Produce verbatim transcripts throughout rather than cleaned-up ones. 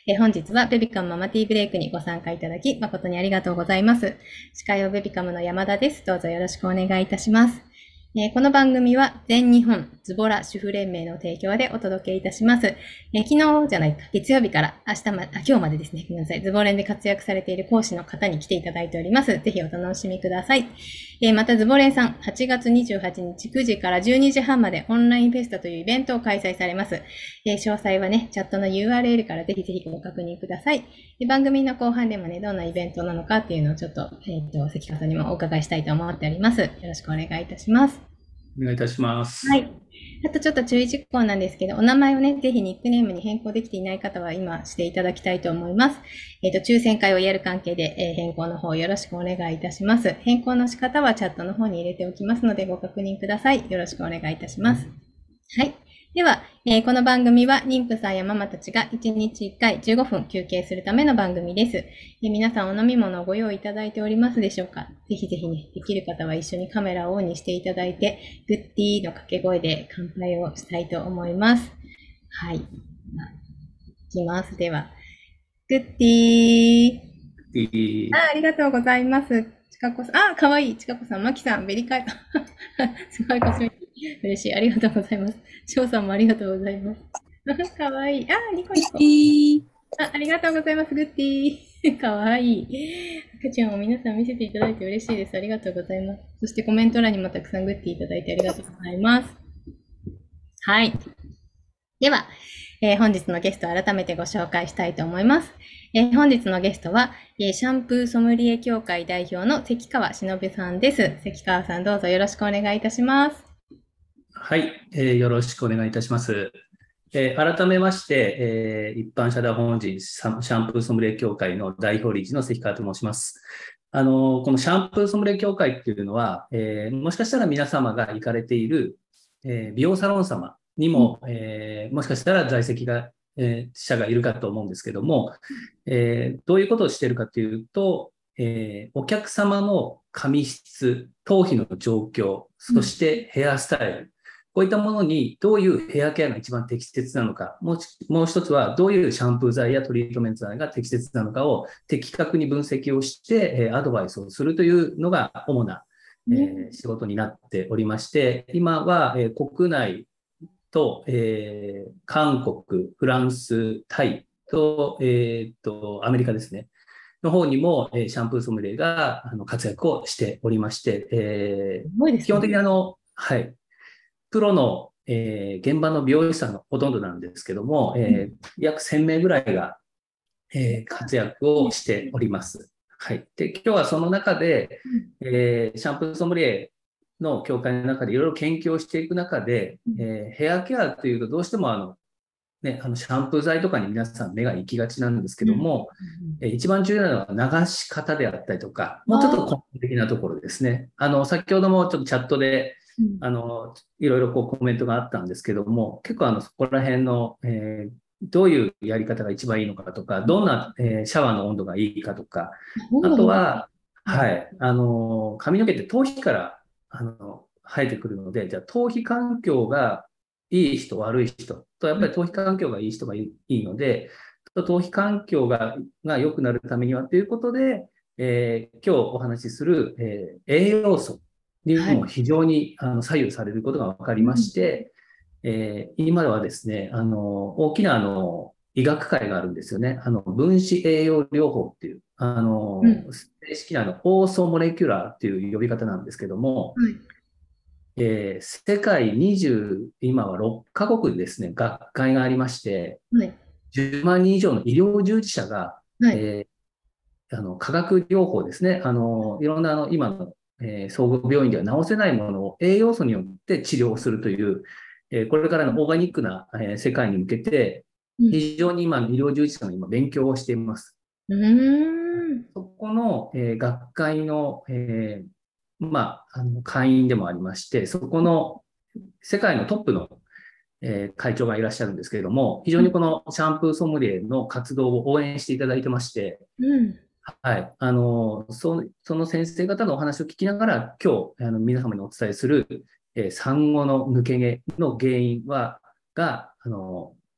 えー本日はベビカムママティーブレイクにご参加いただき誠にありがとうございます。司会をベビカムの山田です。どうぞよろしくお願いいたします。えーこの番組は全日本ズボラ主婦連盟の提供でお届けいたします。えー昨日じゃないか、月曜日から明日ま、あ、今日までですね、ごめんなさい、ズボ連で活躍されている講師の方に来ていただいております。ぜひお楽しみください。えーまた、ズボ連さん、はちがつにじゅうはちにちくじからじゅうにじはんまでオンラインフェスタというイベントを開催されます。えー詳細はね、チャットの ユーアールエル からぜひぜひご確認ください。で番組の後半でもね、どんなイベントなのかっていうのをちょっと、えっ、と、関川さんにもお伺いしたいと思っております。よろしくお願いいたします。 お願いいたします。 はい。あとちょっと注意事項なんですけど、お名前をね、ぜひニックネームに変更できていない方は今していただきたいと思います。えっ、と、抽選会をやる関係で、えー変更の方よろしくお願いいたします。変更の仕方はチャットの方に入れておきますのでご確認ください。よろしくお願いいたします。はい。では、えーこの番組は妊婦さんやママたちがいちにちいっかいじゅうごふん休憩するための番組です。えー皆さんお飲み物をご用意いただいておりますでしょうか？ぜひぜひね、できる方は一緒にカメラをオンにしていただいて、グッディーの掛け声で乾杯をしたいと思います。はい。いきます。では、グッディー。 いいあ、ありがとうございます。ちかこさん、あ、かわいい。ちかこさん、まきさん、ベリカイ。すごいコスメティ嬉しい。ありがとうございます。しょうさんもありがとうございます。かわいい。あ、ニコニコ。 いい。 あ、ありがとうございます。グッディー。かわいい。赤ちゃんを皆さん見せていただいて嬉しいです。ありがとうございます。そしてコメント欄にもたくさんグッディーいただいてありがとうございます。はい。では、えー本日のゲストを改めてご紹介したいと思います。えー本日のゲストは、えーシャンプーソムリエ協会代表の関川忍さんです。関川さん、どうぞよろしくお願いいたします。 はい、えーよろしくお願いいたします。えー改めまして、えー一般社団法人シャンシャンプーソムリエ協会の代表理事の関川と申します。あの、このシャンプーソムリエ協会っていうのは、えーもしかしたら皆様が行かれている、えー美容サロン様にも、えーもしかしたら在籍が、えー者がいるかと思うんですけども、えーどういうことをしているかというと、えーお客様の髪質、頭皮の状況、そしてヘアスタイル、こういったものにどういうヘアケアが一番適切なのか、もうもう一つはどういうシャンプー剤やトリートメント剤が適切なのかを的確に分析をして、えーアドバイスをするというのが主な、えー仕事になっておりまして、今は、えー国内と、えー韓国、フランス、タイと、えーと、アメリカですね。の方にも、えーシャンプーソムリエがあの活躍をしておりまして、えすごいでー基本すね。 的にあの、はい、プロの、えー現場の美容師さんがほとんどなんですけども、えー約せんめいぐらいが、えー活躍をしております。はい。で、今日はその中で、えーシャンプーソムリエの協会の中でいろいろ研究をしていく中で、えーヘアケアというとどうしてもあの、ね、あのシャンプー剤とかに皆さん目が行きがちなんですけども、えー一番重要なのは流し方であったりとか、もうちょっと根本的なところですね。あの、先ほどもちょっとチャットで、あの、いろいろこうコメントがあったんですけども、結構あの、そこら辺の、えーどういうやり方が一番いいのかとか、どんな、えーシャワーの温度がいいかとか、あ温度の、 とは、はい、あの、髪の毛って頭皮から、あの、生えてくるので、じゃあ頭皮環境がいい人、悪い人と、やっぱり頭皮環境がいい人がいいいいので、頭皮環境が、が良くなるためにはということで、えー今日お話しする、えー栄養素にはい。 も非常にあの左右されることが分かりまして、えー今ではですね、あの、大きなあの、医学会があるんですよね。あの、分子栄養療法っていう、あの、 うん。 正式なあの、オーソモレキュラーっていう呼び方なんですけども、 はい。 えー世界にじゅう、今はろっカ国でですね、学会がありまして、 はい。 じゅうまん人以上の医療従事者が、 はい。 えーあの、化学療法ですね。あの、いろんなあの、今の、えー総合病院では治せないものを栄養素によって治療するという、えーこれからのオーガニックな、えー世界に向けて、 うん。 非常に今、医療従事者が今勉強をしています。 うーん。 そこの、えー学会の、えーまあ、あの、会員でもありまして、そこの世界のトップの、えー会長がいらっしゃるんですけれども、非常にこのシャンプーソムリエの活動を応援していただいてまして、 うん。 はい。あの、そその先生方のお話を聞きながら、今日、あの、皆様にお伝えする、えー産後の抜け毛の原因は、が、あの、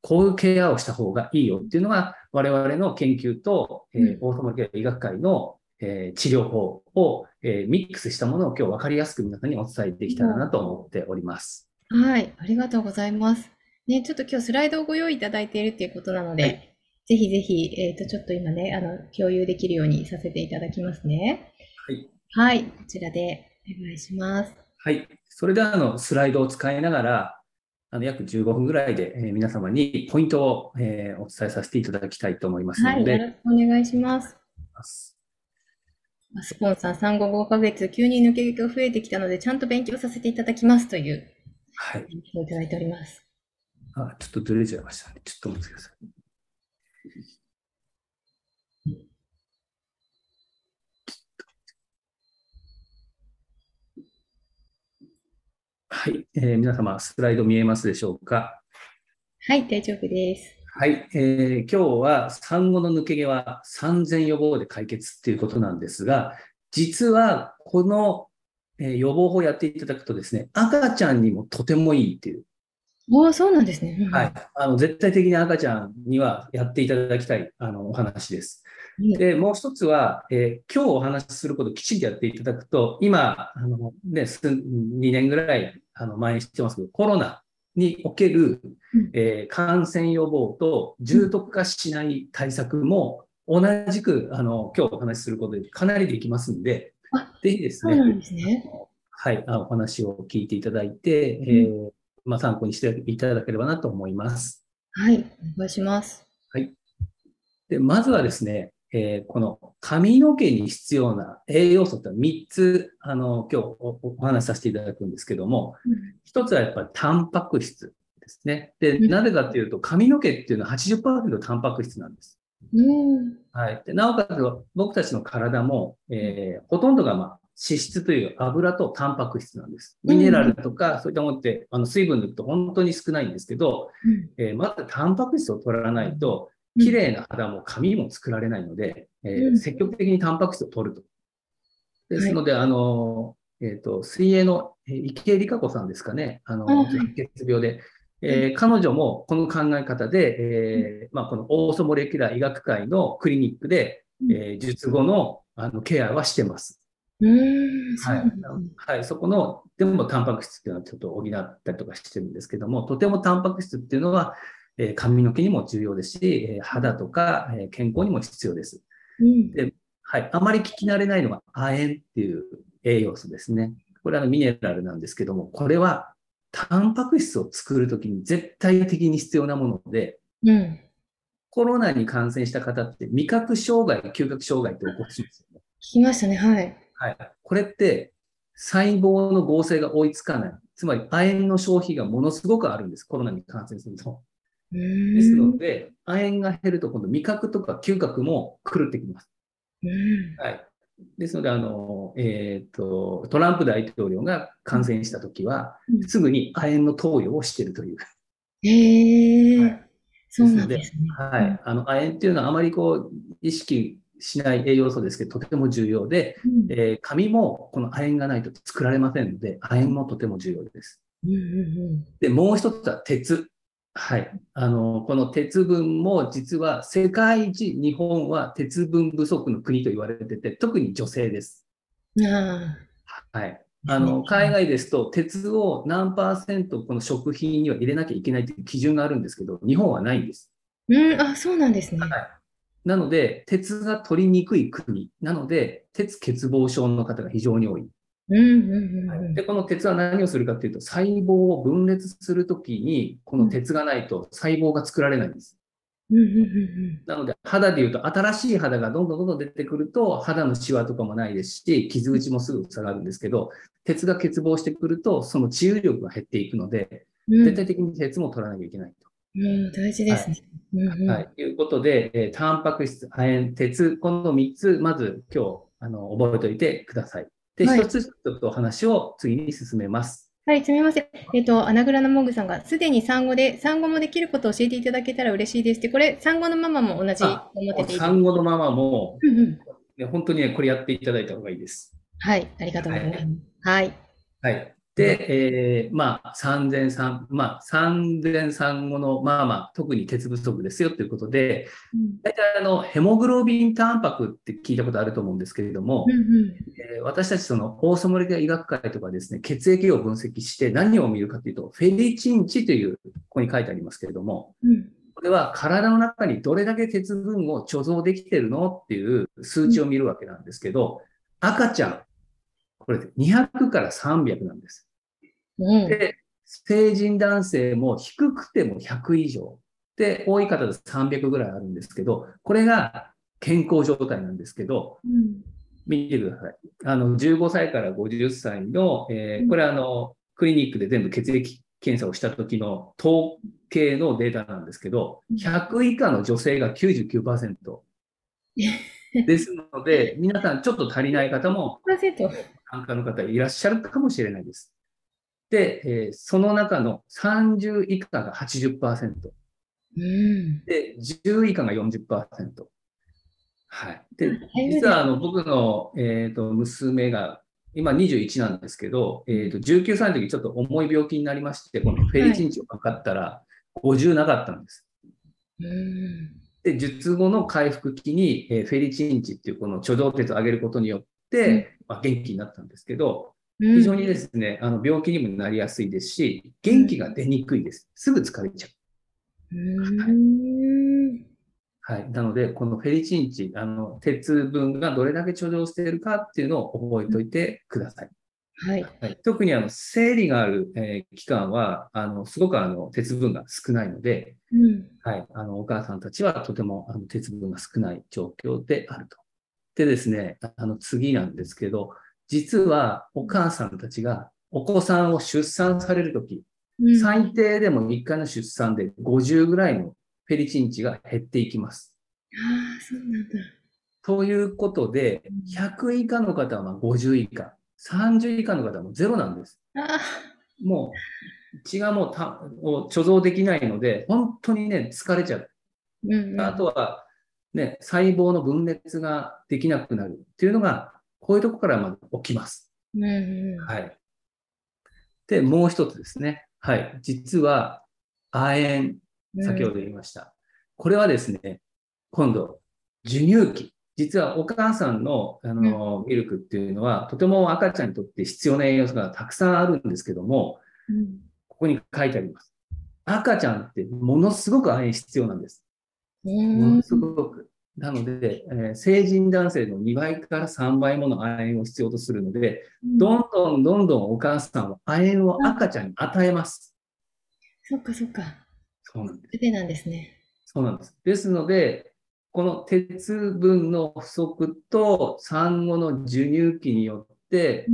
こういうケアをした方がいいよっていうのが、我々の研究と、えー、オーソモケア医学会の、えー、治療法を、えー、ミックスしたものを今日分かりやすく皆さんにお伝えできたらなと思っております。 はい、ありがとうございます。ね、ちょっと今日スライドをご用意いただいているということなので、はい、ぜひぜひ、えっと、ちょっと今ね、あの、共有できるようにさせていただきますね。 はい。 はい、こちらでお願いします。 はい。それでは、あの、スライドを使いながら、あの、約じゅうごふんぐらいで、えー、皆様にポイントを、えー、お伝えさせていただきたいと思いますはい、 ので。 よろしくお願いします。スポンサー産後ごかげつ、急に抜け毛が増えてきたので、ちゃんと勉強させていただきますという、 はい。 をいただいております。 あ、ちょっとずれちゃいましたね。ちょっとお待ちください。はい、えー、皆様、スライド見えますでしょうか。 はい、大丈夫です。 はい、えー、今日は産後の抜け毛は産前予防で解決っていうことなんですが、実はこの、えー、予防法をやっていただくとですね、赤ちゃんにもとてもいいっていう。 ああ、そうなんですね。 はい。あの、絶対的に赤ちゃんにはやっていただきたい、あの、お話です。で、もう一つは、えー、今日お話しすることをきちんとやっていただくと、今、あの、ね、にねんぐらい、あの、前にしてますけど、コロナにおける、えー、感染予防と重篤化しない対策も、同じく、あの、今日お話しすることでかなりできますんで、ぜひですね、 そうなんですね。 はい、あお話を聞いていただいて、えーまあ、参考にしていただければなと思います。 はい、お願いします。 はい。で、まずはですね、えー、この髪の毛に必要な栄養素ってみっつ、あの、今日 お, お話しさせていただくんですけども、うん、ひとつはやっぱりタンパク質ですね。で、なぜかっていうと、髪の毛っていうのは はちじゅっパーセント タンパク質なんです。うん、はい。で、なおかつ僕たちの体も、えー、ほとんどがまあ、脂質という油とタンパク質なんです。ミネラルとかそういったものって、あの水分抜くと本当に少ないんですけど、うん、えー、まずタンパク質を取らないと、綺麗な肌も髪も作られないので、えー、積極的にタンパク質を取ると。ですので、はい、あの、えっ、ー、と、水泳の池江璃花子さんですかね、あの、白血病で、えー、彼女もこの考え方で、えーまあ、このオーソモレキュラー医学会のクリニックで、えー、術後のあのケアはしてます。うんはい、はい。そこの、でもタンパク質っていうのはちょっと補ったりとかしてるんですけども、とてもタンパク質っていうのは、えー、髪の毛にも重要ですし、えー、肌とか、えー、健康にも必要です。うん、で、はい。あまり聞き慣れないのが亜鉛っていう栄養素ですね。これはミネラルなんですけども、これはタンパク質を作るときに絶対的に必要なもので、うん、コロナに感染した方って味覚障害、嗅覚障害って起こすんですよね。 聞きましたね。はい。 はい。これって細胞の合成が追いつかない。つまり亜鉛の消費がものすごくあるんです。コロナに感染すると。ですので、亜鉛が減ると今度味覚とか嗅覚も狂ってきます。はい。ですので、あの、えっ、ー、と、トランプ大統領が感染したときは、うん、すぐに亜鉛の投与をしているという。へえー、はい、そうなんですね。 はい。あの、亜鉛っていうのはあまりこう、意識しない栄養素ですけど、とても重要で、うん、えー、髪もこの亜鉛がないと作られませんので、亜鉛もとても重要です。うんうんうん、で、もう一つは鉄。はい。あの、この鉄分も実は世界一日本は鉄分不足の国と言われてて、特に女性です。あはい。あの、海外ですと鉄を何パーセントこの食品には入れなきゃいけないという基準があるんですけど、日本はないんです。 うん、あ、そうなんですね。 はい。なので、鉄が取りにくい国なので、鉄欠乏症の方が非常に多い。で、この鉄は何をするかというと、細胞を分裂するときに、この鉄がないと細胞が作られないんです。なので、肌でいうと、新しい肌がどんどんどんどん出てくると、肌のシワとかもないですし、傷口もすぐ下がるんですけど、鉄が欠乏してくると、その治癒力が減っていくので、絶対的に鉄も取らなきゃいけないと。 うん、大事ですね。 はい。ということで、えー、タンパク質、亜鉛、鉄、このみっつ、まず今日、あの、覚えておいてください。で、一、はい、つちょっとお話を次に進めます。 はい、すみません。えっと、アナグラのモグさんが、すでに産後で、産後もできることを教えていただけたら嬉しいですって、これ、産後のママも同じ思ってていい産後のママも、うんうんね、本当にね、これやっていただいた方がいいです。 はい、ありがとうございます。はい。 はい。 で、えー、まあ、産前産、まあ、産前産後の、まあまあ、特に鉄不足ですよということで、 うん。 大体あの、ヘモグロビンタンパクって聞いたことあると思うんですけれどうん。 も、 うん。 えー私たちその、オーソモレキュラー医学会とかですね、血液を分析して何を見るかというと、フェリチン値という、ここに書いてありますけれども、 うん。 これは体の中にどれだけ鉄分を貯蔵できているのっていう数うん。 値を見るわけなんですけど、赤ちゃん、これにひゃくからさんびゃくなんです。 うん。 で、成人男性も低くてもひゃく以上。で、多い方でさんびゃくぐらいあるんですけど、これが健康状態なんですけど、 うん。 見てください。あの、じゅうごさいからごじゅっさいの、えー、これはあの、クリニックで全部血液検査をした時の統計のデータなんですけど、ひゃく以下の女性がきゅうじゅうきゅうパーセントですので、皆さんちょっと足りない方も、 パーセント。 眼科の方いらっしゃるかもしれないです。で、えーその中のさんじゅう以下がはちじゅっパーセント。 うん。 で、じゅう以下がよんじゅっパーセント。はい。で、 だいぶです。 実はあの僕の、えーと、娘が今にじゅういちなんですけど、えーと、じゅうきゅうさいの時ちょっと重い病気になりまして、このフェリはい。 チン値を測ったらごじゅうなかったんです。 うん。 で、術後の回復期に、えーフェリチン値っていうこの貯蔵鉄を上げることによっうん。 て、まあ、元気になったんですけど、 うん。 非常にですね、あの病気にもなりやすいですし、 うん。 元気が出にくいです。すぐ疲れちゃう。 うはい。 ん。 はい。なので、このフェリチン値、あの、鉄分がどれだけ貯蔵しているかっていうのを覚えておいてください。 はい。 はい。特にあの、生理がある、えー期間は、あの、すごくあの、鉄分が少ないので、 うん。 はい。あの、お母さんたちはとてもあの鉄分が少ない状況であると。でですね、あの、次なんですけど、実はお母さんたちがお子さんを出産されるとき、 うん。 最低でもいっかいの出産でごじゅうぐらいのフェリチン値が減っていきます。 ああ、そうなんだ。 ということで、 うん。 ひゃく以下の方はまあごじゅう以下、さんじゅう以下の方はもうゼロなんです。 ああ。 もう血がもうたを貯蔵できないので、本当にね、疲れちゃう。 うん。 あうん。 とは、ね、細胞の分裂ができなくなるっていうのが、こういうところからまず起きます。 うん。うん。 はい。で、もう一つですね。はい。実は、亜鉛、 うん。 先ほど言いました。これはですね、今度、授乳期。実はお母さんの、あうん。 のミルクっていうのは、とても赤ちゃんにとって必要な栄養素がたくさんあるんですけども、 うん。 ここに書いてあります。赤ちゃんってものすごく亜鉛必要なんです。 うものすん。 ごく。なので、えー成人男性のにばいからさんばいもの亜鉛を必要とするので、 うん。 どんどんどんどんお母さんは亜鉛を赤あ、 ちゃんに与えます。 そっかそっか。 そうなんです。 腕なんですね。 そうなんです。ですので、この鉄分の不足と産後の授乳期によって、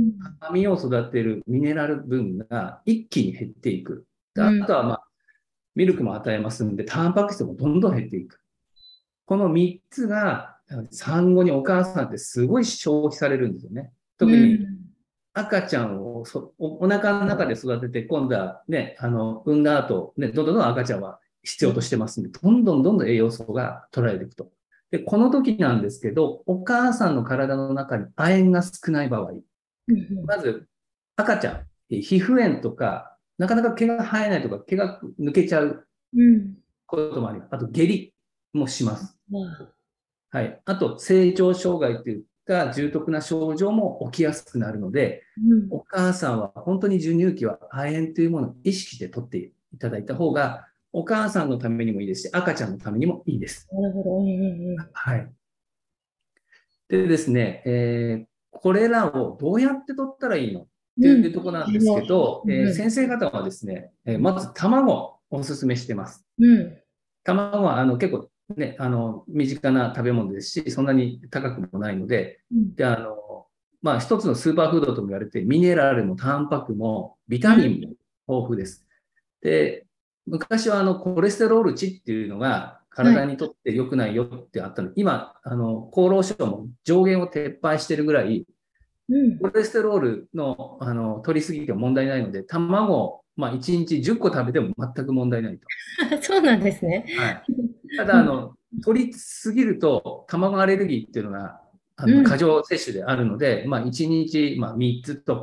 うん。 髪を育てるミネラル分が一気に減っていく。であうん。 とは、まあ、ミルクも与えますので、タンパク質もどんどん減っていく。このみっつが産後にお母さんってすごい消費されるんですよね。 う特にん。 赤ちゃんをそおお腹の中で育てて、今度はね、あの、産んだ後、ね、どんどんどん赤ちゃんは必要としてますんで、どんどんどんどん栄養素が取られていくと。で、この時なんですけど、お母さんの体の中に亜鉛が少ない場合、 うん。 まず赤ちゃん、皮膚炎とか、なかなか毛が生えないとか、毛が抜けちゃううん。 こともあります。あと、下痢もします。 まあ。 はい。あと、成長障害といった重篤な症状も起きやすくなるので、 うん。 お母さんは本当に授乳期は亜鉛というものを意識して取っていただいた方が、お母さんのためにもいいですし、赤ちゃんのためにもいいです。 なるほど。うん。うん。 はい。でですね、えーこれらをどうやって取ったらいいのってうん。 いうところなんですけど、 うん。 えーうん。 先生方はですね、えーまず卵をお勧めしてます。 うん。 卵はあの結構ね、あの身近な食べ物ですし、そんなに高くもないので、 うん。 であのまあ、一つのスーパーフードとも言われて、ミネラルもタンパクもビうん。 タミンも豊富です。で、昔はあのコレステロール値っていうのがはい。 体にとって良くないよってあったの。今、あの厚労省も上限を撤廃してるぐらい、 うん。 コレステロールのあの取りすぎても問題ないので、卵を、まあ、いちにちじゅっこ食べても全く問題ないと。 そうなんですね。 はい。ただ、 うん。 あの、取りすぎると、卵アレルギーっていうのが、あの、過うん。 剰摂取であるので、まあ、いちにち、まあ、みっつとか、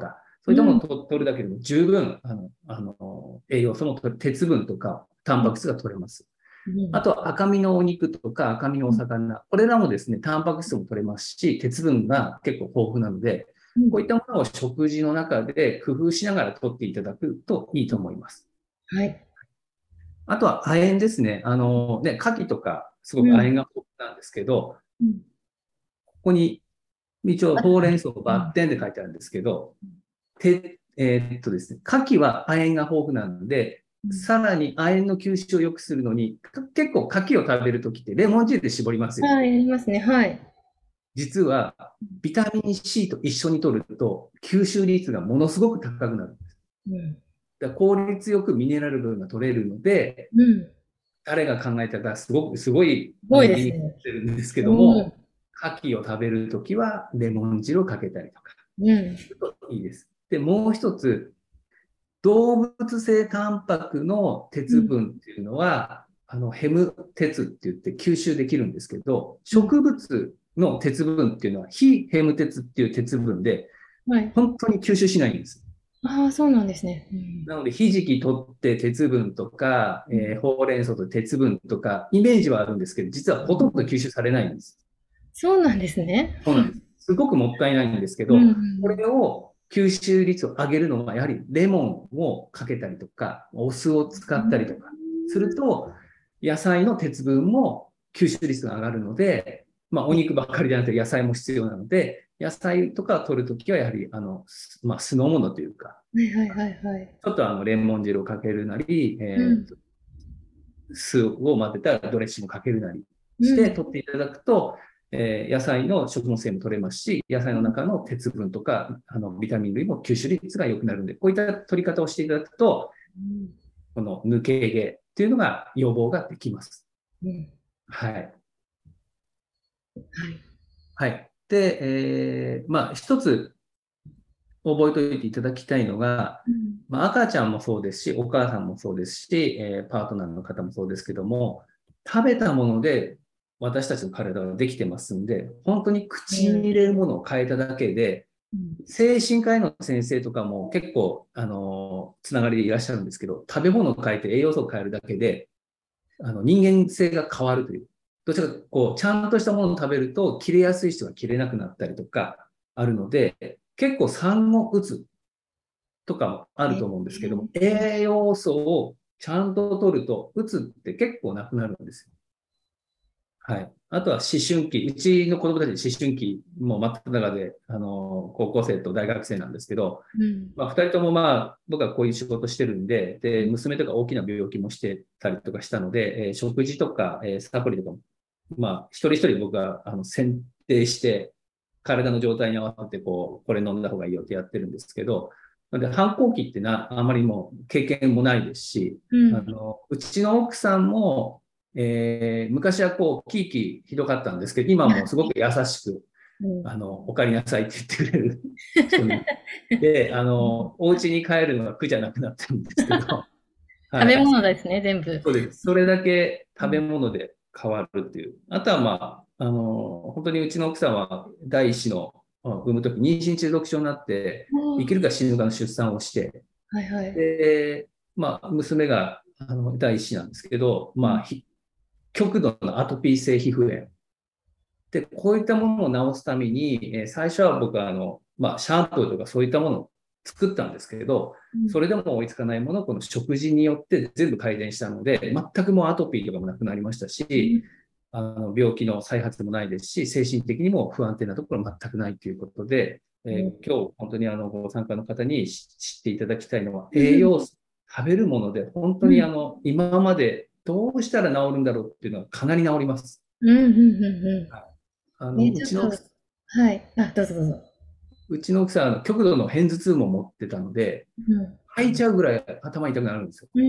そういったものをと取るだけでも十分、あの、あの、栄養素も取れ、鉄分とか、タンパク質が取れます。あとは赤身のお肉とか赤身のお魚、これらもですね、タンパク質も取れますし、鉄分が結構豊富なので、こういったものを食事の中で工夫しながら取っていただくといいと思います。 はい。 あとは亜鉛ですね。あのね、牡蠣とかすごく亜鉛が豊富なんですけど、 うん、 ここに一応ほうれん草うん、 バッテンで書いてあるんですけど、てえーっとですね、牡蠣は亜鉛が豊富なので、 うん、 さらに亜鉛の吸収を良くするのに、結構牡蠣を食べるときってレモン汁で絞りますよね。 はい、やりますね。はい。 実は、ビタミン C と一緒に摂ると、吸収率がものすごく高くなるんです。 うん。 だから効率よくミネラル分が取れるので、 うん。 誰が考えたかすごく、すごいすあの理にかごいですね。 ってるんですけどうん。 も、牡蠣を食べるときはレモン汁をかけたりとかうん。 するといいです。で、もう一つ、動物性タンパクの鉄うん。 分っていうのは、あの、ヘム鉄って言って吸収できるんですけど、 うん。 植物の鉄分っていうのは非ヘム鉄っていう鉄分で、 はい。 本当に吸収しないんです。 ああ、そうなんですね。うん。 なので、ひじき取って鉄分とか、 うん。 えー、ほうれん草と鉄分とか、イメージはあるんですけど、実はほとんど吸収されないんです。 そうなんですね。 そうなんです。すごくもったいないんですけうん。うど、こん。 れを吸収率を上げるのは、やはりレモンをかけたりとか、お酢を使ったりとかすると、野菜の鉄分も吸収率が上がるので、まあ、お肉ばっかりじゃなくて野菜も必要なので、野菜とかを取るときは、やはり、あの、まあ、酢の物というか、 はいはいはいはい。 ちょっとあのレモン汁をかけるなり、えうん。 ー、酢を混ぜたドレッシングをかけるなりうしてん。 取っていただくと、えー、野菜の食物繊維も取れますし、野菜の中の鉄分とかあのビタミン類も吸収率が良くなるので、こういった取り方をしていただくと、 うん。 この抜け毛っていうのが予防ができます。 うん。 はい。 はい。 はい。で、えー、まあ、一つ覚えておいていただきたいのが、 うん。 まあ、赤ちゃんもそうですし、お母さんもそうですし、えー、パートナーの方もそうですけども、食べたもので私たちの体はできてますんで、本当に口に入れるものを変えただけで、 うん。 精神科医の先生とかも結構、あの、つながりでいらっしゃるんですけど、食べ物を変えて栄養素を変えるだけで、あの、人間性が変わるという。どちらかというと、こう、ちゃんとしたものを食べると、切れやすい人が切れなくなったりとか、あるので、結構産後うつとかもあると思うんですけども、栄養素をちゃんと取ると、うつって結構なくなるんですよ。はい。あとは思春期。うちの子供たち思春期も真っ只中で、あの、高校生と大学生なんですけど、 うん。 まあ、二人ともまあ、僕はこういう仕事してるんで、で、娘とか大きな病気もしてたりとかしたので、えー食事とか、えーサプリとかも、まあ、一人一人僕は、あの、選定して、体の状態に合わせて、こう、これ飲んだ方がいいよってやってるんですけど、なんで反抗期ってな、あまりもう経験もないですし、 うん。 あの、うちの奥さんも、えー昔はこう、キーキーひどかったんですけど、今はもうすごく優しく、 うん。 あの、お帰りなさいって言ってくれる人に。で、あの、お家に帰るのが苦じゃなくなってるんですけど、 食べはい。 物ですね、全部。 そうです。それだけ食べうん。 物で変わるっていう。あとはまあ、あの、本当にうちの奥さんは第一子のあ産むとき、妊娠中毒症になって、生きるか死ぬかの出産をして、 はいはい。 で、まあ、娘があの第一子なんですけど、まあ、 うん。 ひ極度のアトピー性皮膚炎。で、こういったものを治すために、えー最初は僕はあの、まあ、シャンプーとかそういったものを作ったんですけれど、 うん。 それでも追いつかないものをこの食事によって全部改善したので、全くもうアトピーとかもなくなりましたし、 うん。 あの病気の再発もないですし、精神的にも不安定なところ全くないということで、えー今日本当にあのご参加の方に知っていただきたいのは、栄養素、食べるもので本当うん。 にあの今までどうしたら治るんだろうっていうのはかなり治ります。 うん。うん。うあん。え、 のうちのちょっと、はい。あ、どうぞどうぞ。 うちの奥さん、極度の片頭痛も持ってたので、 うん。 吐いちゃうぐらい頭痛くなるんですよ。 うん。うん。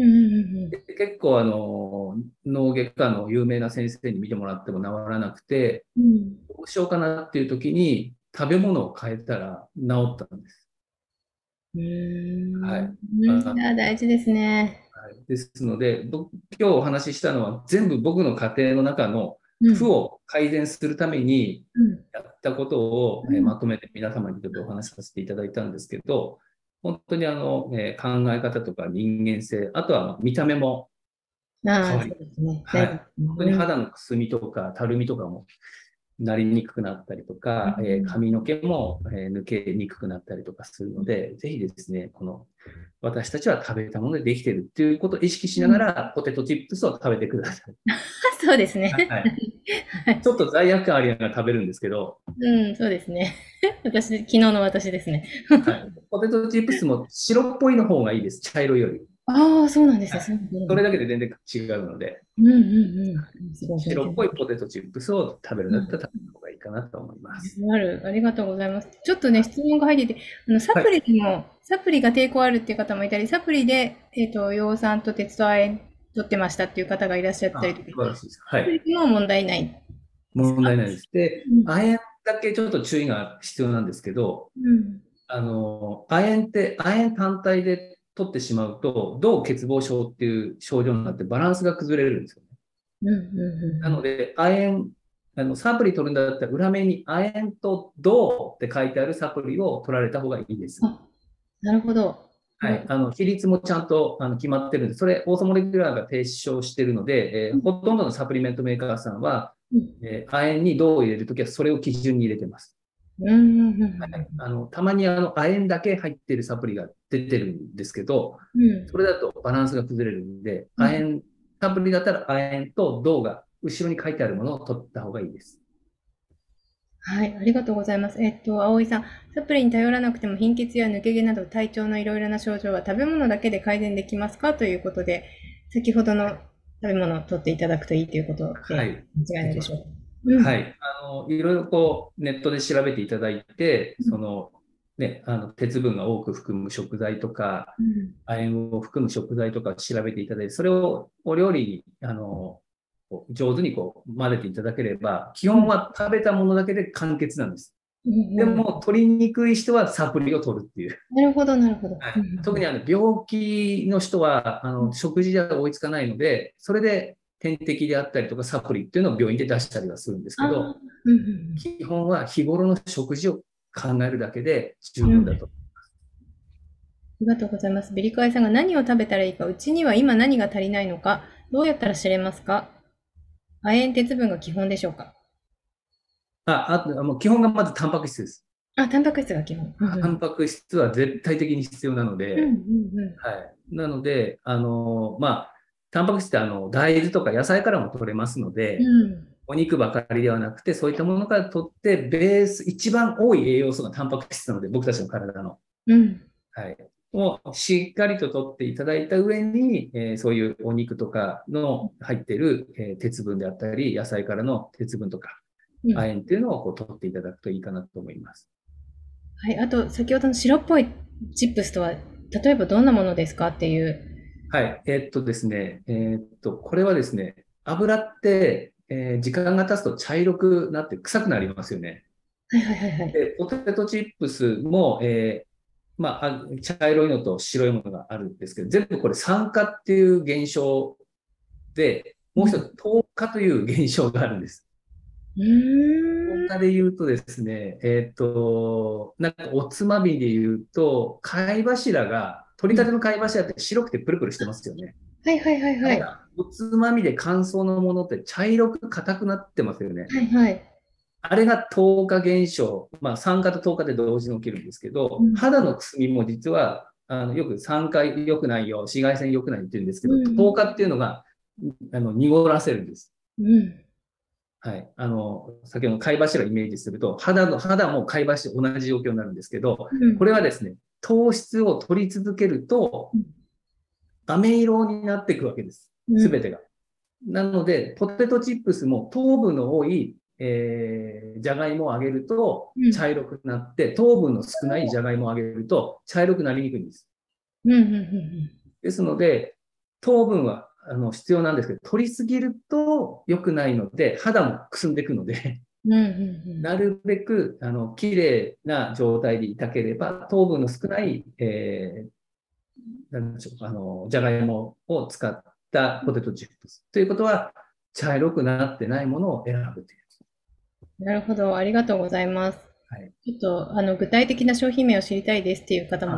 うん。 で結構あの、脳外科の有名な先生に見てもらっても治らなくて、 うん。 どうしようかなっていう時に食べ物を変えたら治ったんです。 うーん。 はい。 うん。 ああ、大事ですね。 はい、ですので、僕今日お話ししたのは全部僕の家庭の中のうん。 負を改善するためにうん。 やったことを、 うん。 えーまとめて皆様にちょっとお話しさせていただいたんですけど、 本当にあの、えー考え方とか人間性、あとはまあ見た目もああ、そ変わり、 うですね。大事ではい。 すね。 本当にうん。 肌のくすみとかたるみとかもなりにくくなったりとうか、えーん。 髪の毛も、えー抜けにくくなったりとかするので、ぜひですね、この私たちは食べたものでできているっていうことを意識しながうん。 ら、ポテトチップスを食べてください。 そうですね。 はい。 はい。 ちょっと罪悪感ありながら食べるんですけど、 うん、そうですね。私、昨日の私ですね。 はい。ポテトチップスも白っぽいの方がいいです。茶色より。 ああ、そうなんですね。そうはい。 なんですね。 それだけで全然違うので、 うんうんうん。すごい勉強に白っぽいポテトチップスを食べるんだったらな食べた方がいいかなと思います。 る。ある。ありがとうございます。ちょっとね、質問が入ってて、あの、サプはい。 リでも、サプリが抵抗あるっていう方もいたり、サプリで、えっと、葉酸と鉄と亜鉛取ってましたっていう方がいらっしゃったりあ、 とか、 素晴らしいです。はサプリい。 でも問題ないですか？ 問題ないです。で、 うん。 亜鉛だけちょっと注意が必要なんですけど、 うん。 あの、亜鉛って、亜鉛単体で取ってしまうと、銅欠乏症っていう症状になってバランスが崩れるんですよね。 うんうんうんうん。 なので、亜鉛、あの、サプリ取るんだったら裏面に亜鉛と銅って書いてあるサプリを取られた方がいいです。 あ、なるほど。ありはい。 がとあの、比率もちゃんとあの決まってるんで、それ、オーソモレキュラーが提唱してるので、えう。うーん。 ほとんどのサプリメントメーカーさんは、 うん。 えー亜鉛に銅を入れるときはそれを基準に入れてます。 うんうんうんあの、たまにあの、亜鉛だけ入っているサプリが出てるんですけど、 うん。 それだとバランスが崩れるんで、 うん。 亜鉛、サプリだったら亜鉛と銅が後ろに書いてあるものを取った方がいいです。 はい、ありがとうございます。えっと、葵さん、サプリに頼らなくても貧血や抜け毛など体調のいろいろな症状は食べ物だけで改善できますかということで、先ほどの食べ物を取っていただくといいということではい。 間違いないでしょうか。 できます。 うん。 はい。あの、いろいろこう、ネットで調べていただいて、その、ね、あの、鉄分が多く含む食材とか、 うん。 亜鉛を含む食材とかを調べていただいて、それをお料理に、あの、こう上手にこう混ぜていただければ、基うん。 本は食べたものだけで完結なんです。 うんうん。 でも、取りにくい人はサプリを取るっていう。 なるほど、なるほど。 はい。 うんうん特にあの病気の人は、あの、食事じゃ追いつかないので、それで点滴であったりとかサプリっていうのを病院で出したりはするんですああ、 けど、 うんうん基本は日頃の食事を考えるだけで十うん。うん。あ分だと。 りがとうございます。ベリカイさんが何を食べたらいいか、うちには今何が足りないのか、どうやったら知れますか？亜鉛鉄分が基本でしょうか？ あ、あと、もう基本がまずタンパク質です。 あ、タンパク質が基本。うんうん。 タンパク質は絶対的に必要なのうんうで、 んはい。なので、あの、まあ、タンパク質ってあの、大豆とか野菜からも取れますのうん。 で、 うん。 お肉ばかりではなくて、そういったものから取って、ベース、一番多い栄養素がタンパク質なので、僕たちの体の。 うん。 はい。をしっかりと取っていただいた上に、えーそういうお肉とかの入っている、えー鉄分であったり、野菜からの鉄分とか、 うん。 亜鉛っていうのをこう取っていただくといいかなと思います。 はい。あと、先ほどの白っぽいチップスとは、例えばどんなものですかっていう。 はい。えーっとですね、えーっと、これはですね、油って、えー時間が経つと茶色くなって臭くなりますよね。 はいはいはいはい。 で、ポテトチップスも、えーまあ、あ茶色いのと白いものがあるんですけど、全部これ酸化っていう現象で、もう一うん。 つ糖化という現象があるんです。 うーん。 糖化で言うとですね、えっと、なんかおつまみで言うと、貝柱が、取りうん。 立ての貝柱って白くてプルプルしてますよね。 はいはいはいはい。 あれが、おつまみで乾燥のものって茶色く硬くなってますよね。 はいはい。 あれが糖化現象、まあ、酸化と糖化で同時に起きるんですけど、 うん。 肌のくすみも実は、あのよく酸化良くないよ、紫外線良くないって言うんですけうど、糖ん。 化っていうのが、あの濁らせるんです。 うん。 はい。あの、先ほどの貝柱をイメージすると、肌の、肌も貝柱同じ状況になるんですけど、 うん。 これはですね、糖質を取り続けると、飴色になっていくわけです。 うん。 すべてが。なので、ポテトチップスも糖分の多い、えー、じゃがいもをあげるとうん。 茶色くなって、糖分の少ないじゃがいもをあげると茶色くなりにくいんです。 うん。うん。うん。 ですので、糖分はあの必要なんですけど、取りすぎると良くないので、肌もくすんでいくので、 うん。うん。うんなるべく、あの、綺麗な状態でいたければ、糖分の少ない、えー、なんでしょう、あの、じゃがいもを使ったポテトチップス。ということは、茶色くなってないものを選ぶという。 なるほど。ありがとうございます。 はい。 ちょっと、あの、具体的な商品名を知りたいですっていう方もあ、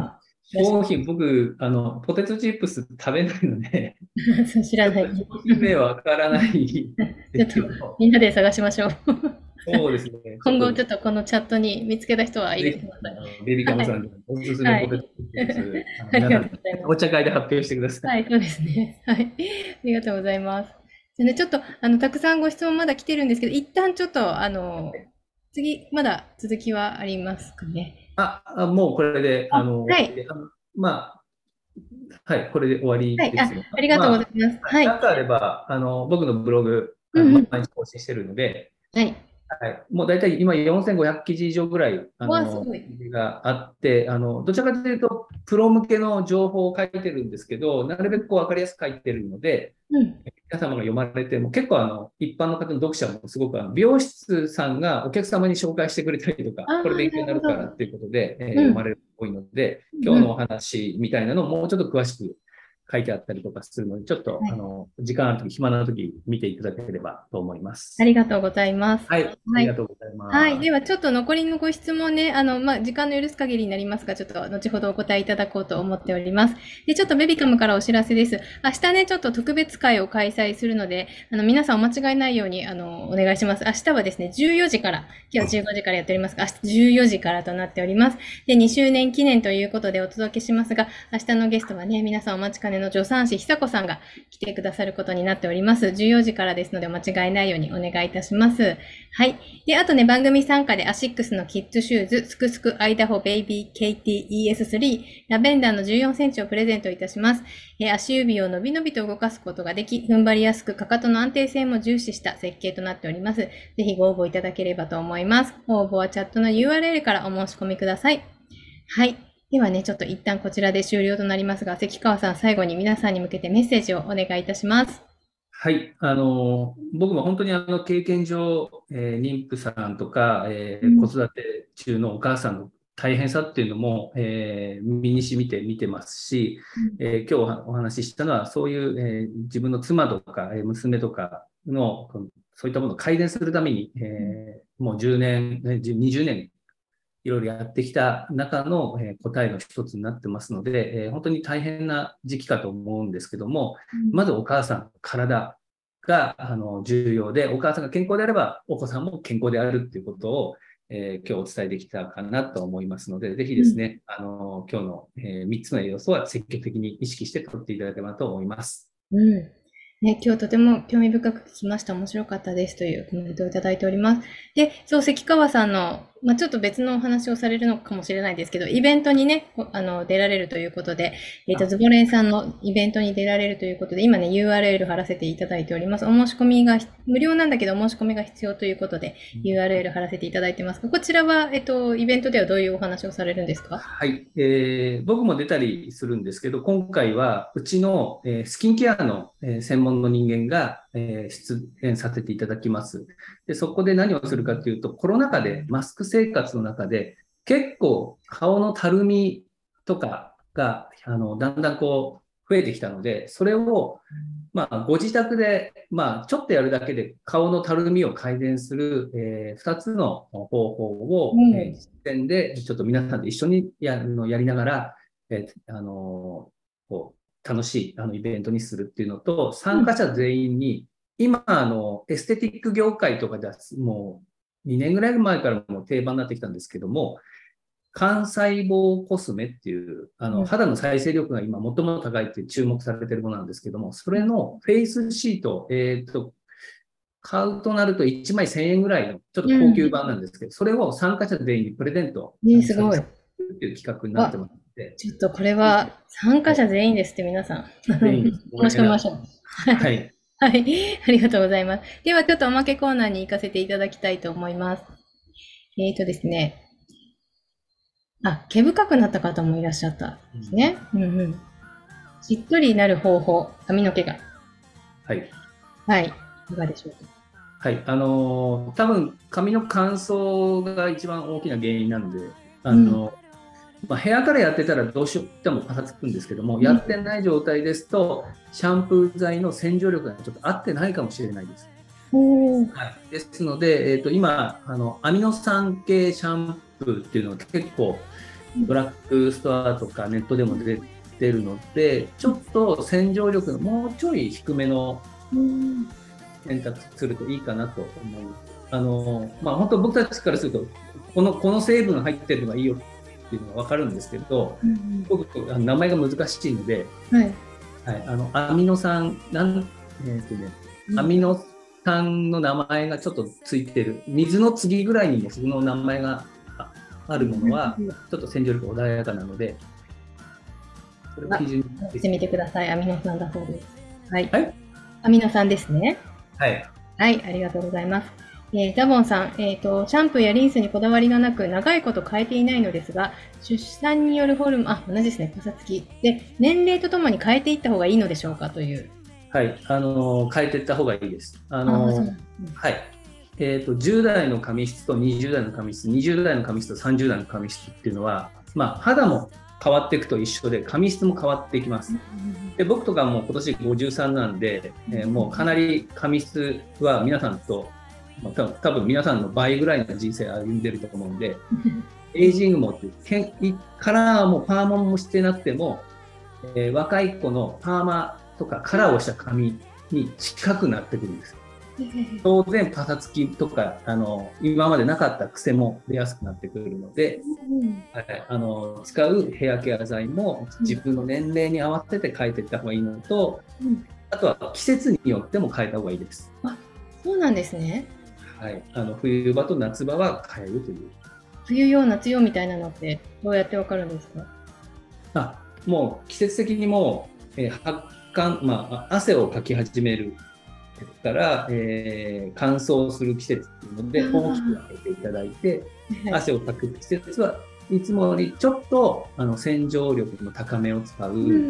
商品、僕、あの、ポテトチップス食べないので、 そう知らない。 商品名わからないでちょっとすけど、 みんなで探しましょう。 そうですね、ちょっと、 今後ちょっとこのチャットに見つけた人は入れぜひ、 てください。 あのベビーカムさんにおすすめはい。 ポテトチップス、あのありが皆さんにとうございます。 お茶会で発表してください。 はい、そうですね。はい。ありがとうございます。でね、ちょっと、あの、たくさんご質問まだ来てるんですけど、一旦ちょっと、あの、次、まだ続きはありますかね。 あ、あもうこれで、ああ、 の、 はい。 終わりで、あのまあ、はい、これで終わりはい。あ、 ですよ。 ありがとうございまます。 あ、 はい。 なんかあれば、あの、僕のブログ、あの、 うんうん。 毎日更新してるので、 はい。 はい、もう大体今よんせんごひゃく記事以上ぐらい、あわあ、すの、 ごい。 記事があって、あの、どちらかというと、プロ向けの情報を書いてるんですけど、なるべくこう分かりやすく書いてるので、 うん。 皆様が読まれても、結構あの、一般の方の読者もすごくあの美容室さんがお客様に紹介してくれたりとか、 ああ、 これ勉強になるからなるほど。 っていうことで、えーうん。 読まれる多いので、今日のおうん。 話みたいなのをもうちょっと詳しく書いてあったりとかするので、ちょっとはい。 あの、時間あるとき、暇なとき見ていただければと思いまあす。 りがとうございます。 はい、あはい。 りがとうございはい。 ます。 では、ちょっと残りのご質問ね、あの、まあ、時間の許す限りになりますが、ちょっと後ほどお答えいただこうと思っております。で、ちょっとベビカムからお知らせです。明日ね、ちょっと特別会を開催するので、あの、皆さんお間違いないように、あの、お願いします。明日はですね、じゅうよじから、今日じゅうごじからやっておりますが、明日じゅうよじからとなっております。で、にしゅうねん記念ということでお届けしますが、明日のゲストはね、皆さんお待ちかねの助産師久子さんが来てくださることになっております。じゅうよじからですので、お間違いないようにお願いいたします。はい。で、あとね、番組参加でアシックスのキッズシューズ、すくすくアイダホベイビー ケーティーイーエススリー、ラベンダーのじゅうよんセンチをプレゼントいたします。えー足指を伸び伸びと動かすことができ、踏ん張りやすく、かかとの安定性も重視した設計となっております。ぜひご応募いただければと思います。応募はチャットの ユーアールエル からお申し込みください。はい。ではね、ちょっと一旦こちらで終了となりますが、関川さん、最後に皆さんに向けてメッセージをお願いいたします。 はい、あの、僕も本当にあの経験上、えー妊婦さんとか、えー子うん。 育て中のお母さんの大変さっていうのも、えー身に染みて見てますし、えー今日お話ししたのは、そういう、えー自分の妻とか、えー娘とかの、このそういったものを改善するために、えーもうじゅうねん、ねじゅうにじゅうねん、いろいろやってきた中の、えー答えの一つになってますので、えー本当に大変な時期かと思うんですけども、まずお母さんの体があの重要で、お母さんが健康であれば、お子さんも健康であるっていうことを、えー今日お伝えできたかなと思いますので、ぜひうん。 ですね、あの今日の、えーみっつの要素は積極的に意識して取っていただければと思います。 うん。ね、今日とても興味深く聞きました。面白かったですというコメントをいただいております。で、そう、関川さんの、まあ、ちょっと別のお話をされるのかもしれないですけど、イベントにね、こあの、出られるということで、えっと、 あ、 ズボレンさんのイベントに出られるということで、今ね、ユーアールエル 貼らせていただいております。お申し込みがひ、無料なんだけど、お申し込みが必要ということで、ユーアールエル 貼らせていただいてますが、こちらは、えっと、イベントではどういうお話をされるんですか？ はい、えー僕も出たりするんですけど、今回はうちの、えースキンケアの、えー専門の人間が、えー出演させていただきます。で、そこで何をするかというと、コロナ禍でマスク生活の中で結構顔のたるみとかがあのだんだんこう増えてきたので、それをまあ、ご自宅で、まあ、ちょっとやるだけで顔のたるみを改善する、えー、ふたつの方法を、えーうん。 実践でちょっと皆さんで一緒にやのやりながら、えーあのーこう楽しいあのイベントにするっていうのと、 うん。 参加者全員に、今、あの、エステティック業界とかではもうにねんぐらい前からもう定番になってきたんですけども、幹細胞コスメっていう、あの、 うん。 肌の再生力が今最も高いって注目されているものなんですけども、それのフェイスシート、えっと、買うとなるといちまいせんえんぐらいのちょっとうん。 高級版なんですけど、それを参加者全員にプレゼント、あね、 の、させすごい。 るっていう企画になってわ、 ますので、 ちょっとこれは参加はい、 者全員ですって皆さん。 全員申お願いだ。 し込みましょう。はい。 はい。 はい。ありがとうございます。ではちょっとおまけコーナーに行かせていただきたいと思います。えーとですね。あ、毛深くなった方もいらっしゃったんうん、 ですね。うんうん。しっとりになる方法、髪の毛が。 はい。 はい。いかがでしょうか。 はい。あのー多分髪の乾燥が一番大きな原因なんで、あうん。 のまあ、部屋からやってたらどうしようってもパサつくんですけども、 うん。 やってない状態ですと、シャンプー剤の洗浄力がちょっと合ってないかもしれないです。 おー。 はい、ですので、えーと、今あの、アミノ酸系シャンプーっていうのが結構ドラッグストアとかネットでも出てるので、ちょっと洗浄力のもうちょい低めの選択するといいかなと思います。あの、まあ、本当僕たちからすると、この、この成分が入ってるのがいいよっていうのがわかるんですけど、うんうん、僕、あの名前が難しいので、はい。はい、あの、アミノ酸、なん、えーとね、アミノ酸の名前がちょっとついてる、水の次ぐらいにもその名前があるものは、ちょっと洗浄力穏やかなので、 それを基準にしてみてください。アミノ酸だそうです。はい。はい、アミノ酸ですね。 はい。 はい、ありがとうございます。えー、ザボンさん、えっと、シャンプーやリンスにこだわりがなく、長いこと変えていないのですが、出産によるホルモン、あ、同じですね、パサつき。で、年齢とともに変えていった方がいいのでしょうかという。 はい、あのー、変えていった方がいいです。あのー、はい。えっと、じゅう代の髪質とにじゅう代の髪質、にじゅう代の髪質とさんじゅう代の髪質っていうのは、まあ、肌も変わっていくと一緒で、髪質も変わっていきます。で、僕とかも今年ごじゅうさんなんで、えー、もうかなり髪質は皆さんと、まあ、多分多分皆さんの倍ぐらいの人生を歩んでると思うんで、エイジングもってけんカラーもパーマもしてなくても、えー、若い子のパーマとかカラーをした髪に近くなってくるんです。当然パサつきとかあの今までなかった癖も出やすくなってくるので、はい、あの使うヘアケア剤も自分の年齢に合わせて変えていった方がいいのと、あとは季節によっても変えた方がいいです。 あ、そうなんですね。 はい、あの冬場と夏場は変えるという。 冬用夏用みたいなのってどうやってわかるんですか？ あ、もう季節的にもう、えー、発汗、まあ、汗をかき始めるから、えー、乾燥する季節っていうので大きく分けていただいて、汗をかく季節はいつもよりちょっとあの洗浄力の高めを使う、うん、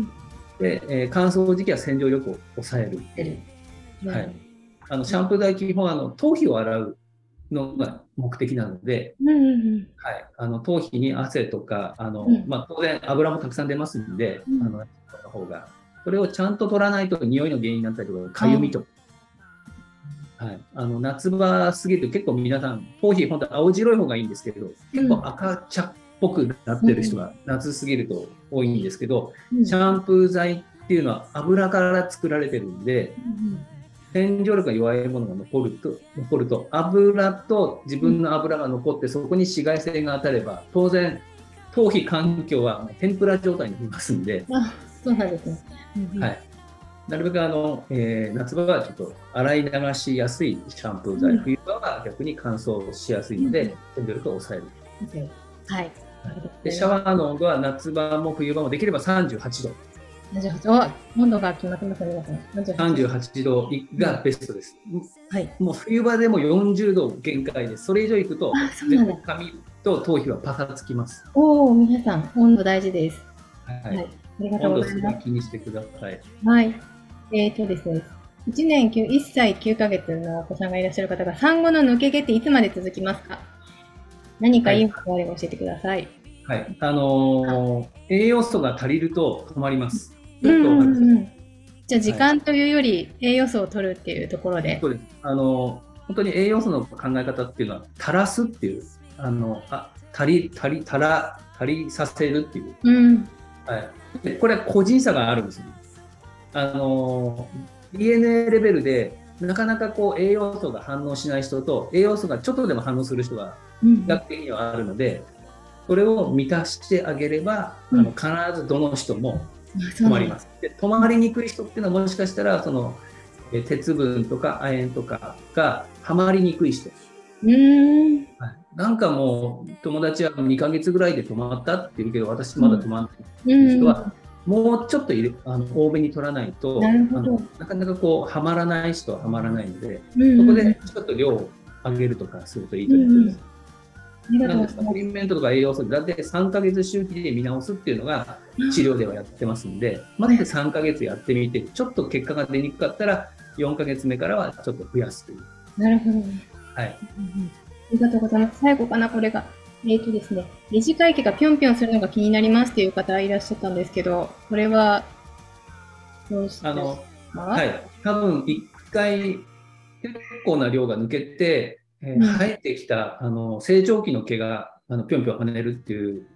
で、えー、乾燥時期は洗浄力を抑える、うん、はい、あのシャンプー代基本あの頭皮を洗うのが目的なので、うんうんうん、はい、あの頭皮に汗とかあの、うん、まあ、当然油もたくさん出ますので、うん、あのの方がそれをちゃんと取らないと匂いの原因になったりとかかゆみとか、はい、あの夏場過ぎると結構皆さん頭皮本当は青白い方がいいんですけど、結構赤茶っぽくなってる人が夏過ぎると多いんですけど、うん、シャンプー剤っていうのは油から作られてるんで、うん洗浄力が弱いものが残ると、残ると、油と自分の油が残って、そこに紫外線が当たれば、当然、頭皮環境は天ぷら状態になりますんで、 あ、そうなんですね。 はい。なるべくあの、えー、夏場はちょっと洗い流しやすいシャンプー剤、うん、冬場は逆に乾燥しやすいので、洗浄力を抑える。 はい。 でシャワーの温度は夏場も冬場もできればさんじゅうはちど。 さんじゅうはちど、温度が決まってますね、皆さん。さんじゅうはちどがベストです。はい、もう冬場でもよんじゅうど限界です。それ以上いくと、絶対髪と頭皮はパサつきます。 おお、皆さん、温度大事です。 はい。はい、ありがとうございます。温度気にしてください。 はい。えっ、ー、とですね、いちねんいっさいきゅうかげつのお子さんがいらっしゃる方が、産後の抜け毛っていつまで続きますか？何かいいことがあれば教えてください。 はい。はい、あのー、栄養素が足りると止まります。 うんうんうん、じゃあ時間というより栄養素を取るっていうところで、はい、 そうです。あの本当に栄養素の考え方っていうのは垂らすっていうあのあ足り足り足ら足りさせるっていう、うんはい、でこれは個人差があるんですよ。あの ディーエヌエー レベルでなかなかこう栄養素が反応しない人と栄養素がちょっとでも反応する人が医学的にはあるので、うん、それを満たしてあげれば、うん、あの必ずどの人も止まります。で止まりにくい人っていうのはもしかしたらそのえ鉄分とか亜鉛とかがはまりにくい人。うーん、はい、なんかもう友達はにかげつぐらいで止まったって言うけど私まだ止まらないっていう人は、うん、もうちょっと入れあの多めに取らないと な, あのなかなかこうはまらない人ははまらないので、うん、そこでちょっと量を上げるとかするといいと思います。うんなんでサプリメントとか栄養素でだってさんかげつ周期で見直すっていうのが治療ではやってますんで、まずさんかげつやってみてちょっと結果が出にくかったらよんかげつめからはちょっと増やすという。 なるほど。 はい。ありがとうございます。最後かな、これが。えーとですね、短い毛がぴょんぴょんするのが気になりますっていう方いらっしゃったんですけど、これはどうしてですか？あの、 はい。多分いっかい結構な量が抜けて、えー、生えてきたあの成長期の毛があのぴょんぴょん跳ねるっていう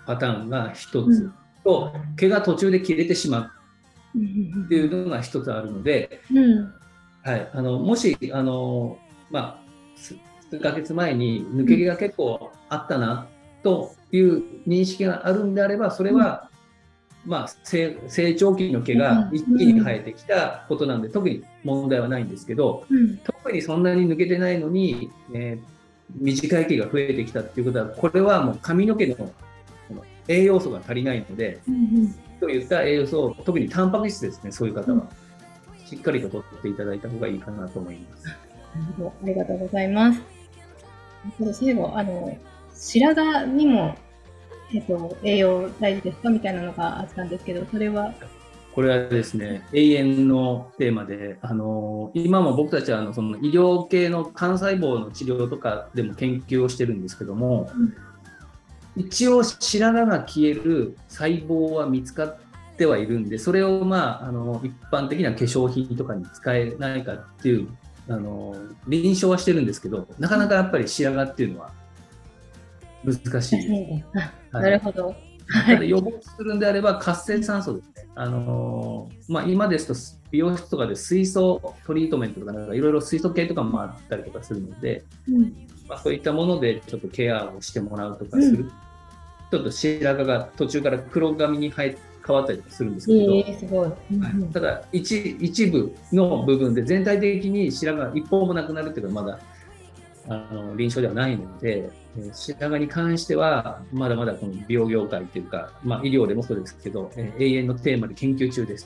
パターンが一つうんと、毛が途中で切れてしまううんっていうのが一つあるので、 うんはい、あのもしあの、まあ、数数ヶ月前に抜け毛が結構あったなという認識があるんであれば、それは、まあ、成成長期の毛が一気に生えてきたことなんで、特に問題はないんですけど、 うん特にそんなに抜けてないのに、えー短い毛が増えてきたっていうことは、これはもう髪の毛のこの栄養素が足りないので、 うんといった栄養素を、特にタンパク質ですね、そういう方うんは、しっかりと取っていただいた方がいいかなと思います。 なるほど、ありがとうございます。最後、あの、白髪にも、えっと、栄養大事ですかみたいなのがあったんですけど、それは、 これはですね、永遠のテーマで、あの今も僕たちはあのその医療系の幹細胞の治療とかでも研究をしてるんですけども、うん、一応白髪が消える細胞は見つかってはいるんで、それを、まあ、あの一般的な化粧品とかに使えないかっていうあの臨床はしてるんですけど、なかなかやっぱり白髪っていうのは難しいです。 はい、なるほど。 ただ予防するんであれば活性酸素ですね。あのーまあ、今ですと美容室とかで水素トリートメントとかなんかいろいろ水素系とかもあったりとかするので、うん、まあ、そういったものでちょっとケアをしてもらうとかする、うん、ちょっと白髪が途中から黒髪に変わったりとかするんですけど、えー、すごい、うんうん、ただ 一, 一部の部分で全体的に白髪一本もなくなるっていうのはまだあの臨床ではないので、白髪に関してはまだまだこの美容業界というか、まあ、医療でもそうですけど、えー、永遠のテーマで研究中です。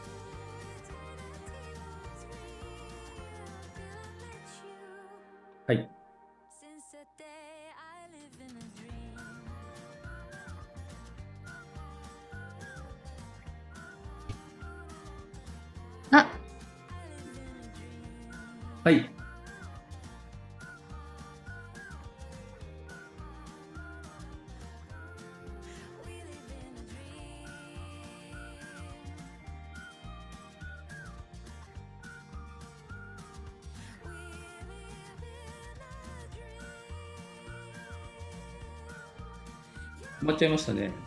はい。 あ、 はい。止まっちゃいましたね。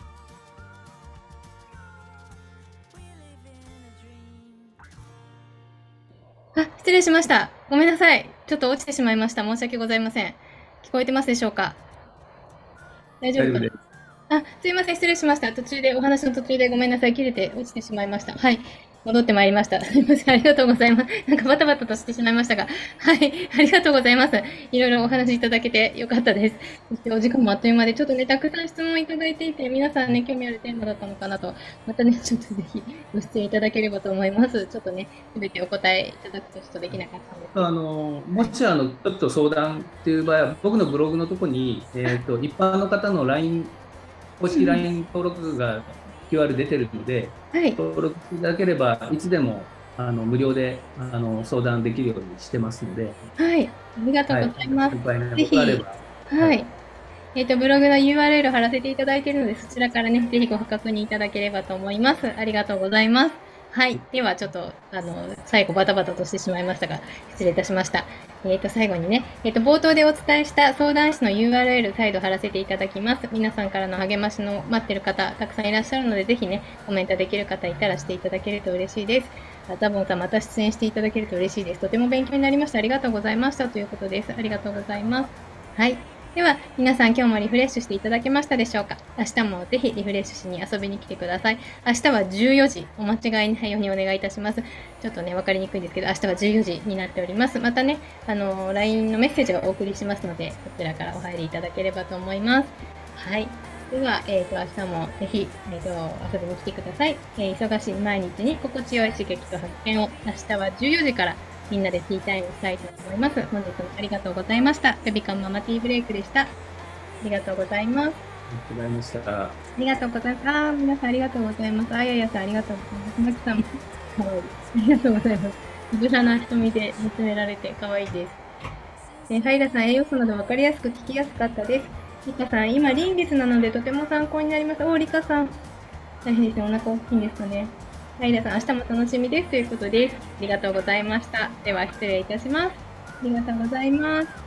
あ、失礼しました。ごめんなさい。ちょっと落ちてしまいました。申し訳ございません。聞こえてますでしょうか？大丈夫かな？あ、すいません。失礼しました。途中で、お話の途中でごめんなさい。切れて落ちてしまいました。はい。戻ってまいりました。すいません。ありがとうございます。なんかバタバタとしてしまいましたが。はい。ありがとうございます。いろいろお話いただけてよかったです。そしてお時間もあっという間で、ちょっとね、たくさん質問いただいていて、皆さんね、興味あるテーマだったのかなと、またね、ちょっとぜひご出演いただければと思います。ちょっとね、すべてお答えいただくとちょっとできなかったので。 あのもしあのちょっと相談っていう場合は、僕のブログのところに、えーと、一般の方の ライン、公式 ライン 登録が キューアール 出てるので、はい、登録いただければいつでもあの無料であの相談できるようにしてますので。 はい、ありがとうございます。 はい、ぜひ、はい、 はい、えっと、ブログの ユーアールエル 貼らせていただいているので、そちらからね、ぜひご確認いただければと思います。ありがとうございます。はい。では、ちょっと、あの、最後バタバタとしてしまいましたが、失礼いたしました。えっと、最後にね、えっと、冒頭でお伝えした相談室の ユーアールエル 再度貼らせていただきます。皆さんからの励ましの待ってる方、たくさんいらっしゃるので、ぜひね、コメントできる方いたらしていただけると嬉しいです。ザボンさん、また出演していただけると嬉しいです。とても勉強になりました。ありがとうございました。ということです。ありがとうございます。はい。では、皆さん今日もリフレッシュしていただけましたでしょうか？明日もぜひリフレッシュしに遊びに来てください。明日はじゅうよじ、お間違いないようにお願いいたします。ちょっとね、わかりにくいんですけど、明日はじゅうよじになっております。またね、あの、ライン のメッセージをお送りしますので、こちらからお入りいただければと思います。はい。では、えっと、明日もぜひ、えっと、遊びに来てください。えー、忙しい毎日に心地よい刺激と発見を、明日はじゅうよじからみんなでティータイムしたいと思います。本日もありがとうございました。ベビカムママティーブレイクでした。ありがとうございます。 ありがとうございました。 ありがとうございます。あ、皆さんありがとうございます。あややさんありがとうございます。まきさんもかわいい。ありがとうございます。つぶらな瞳で見つめられてかわいいです。えー、ハイラさん、栄養素など分かりやすく聞きやすかったです。リカさん、今臨月なのでとても参考になります。おー、リカさん。大変ですね。お腹大きいんですかね。ハイラさん、明日も楽しみですということです。ありがとうございました。では、失礼いたします。ありがとうございます。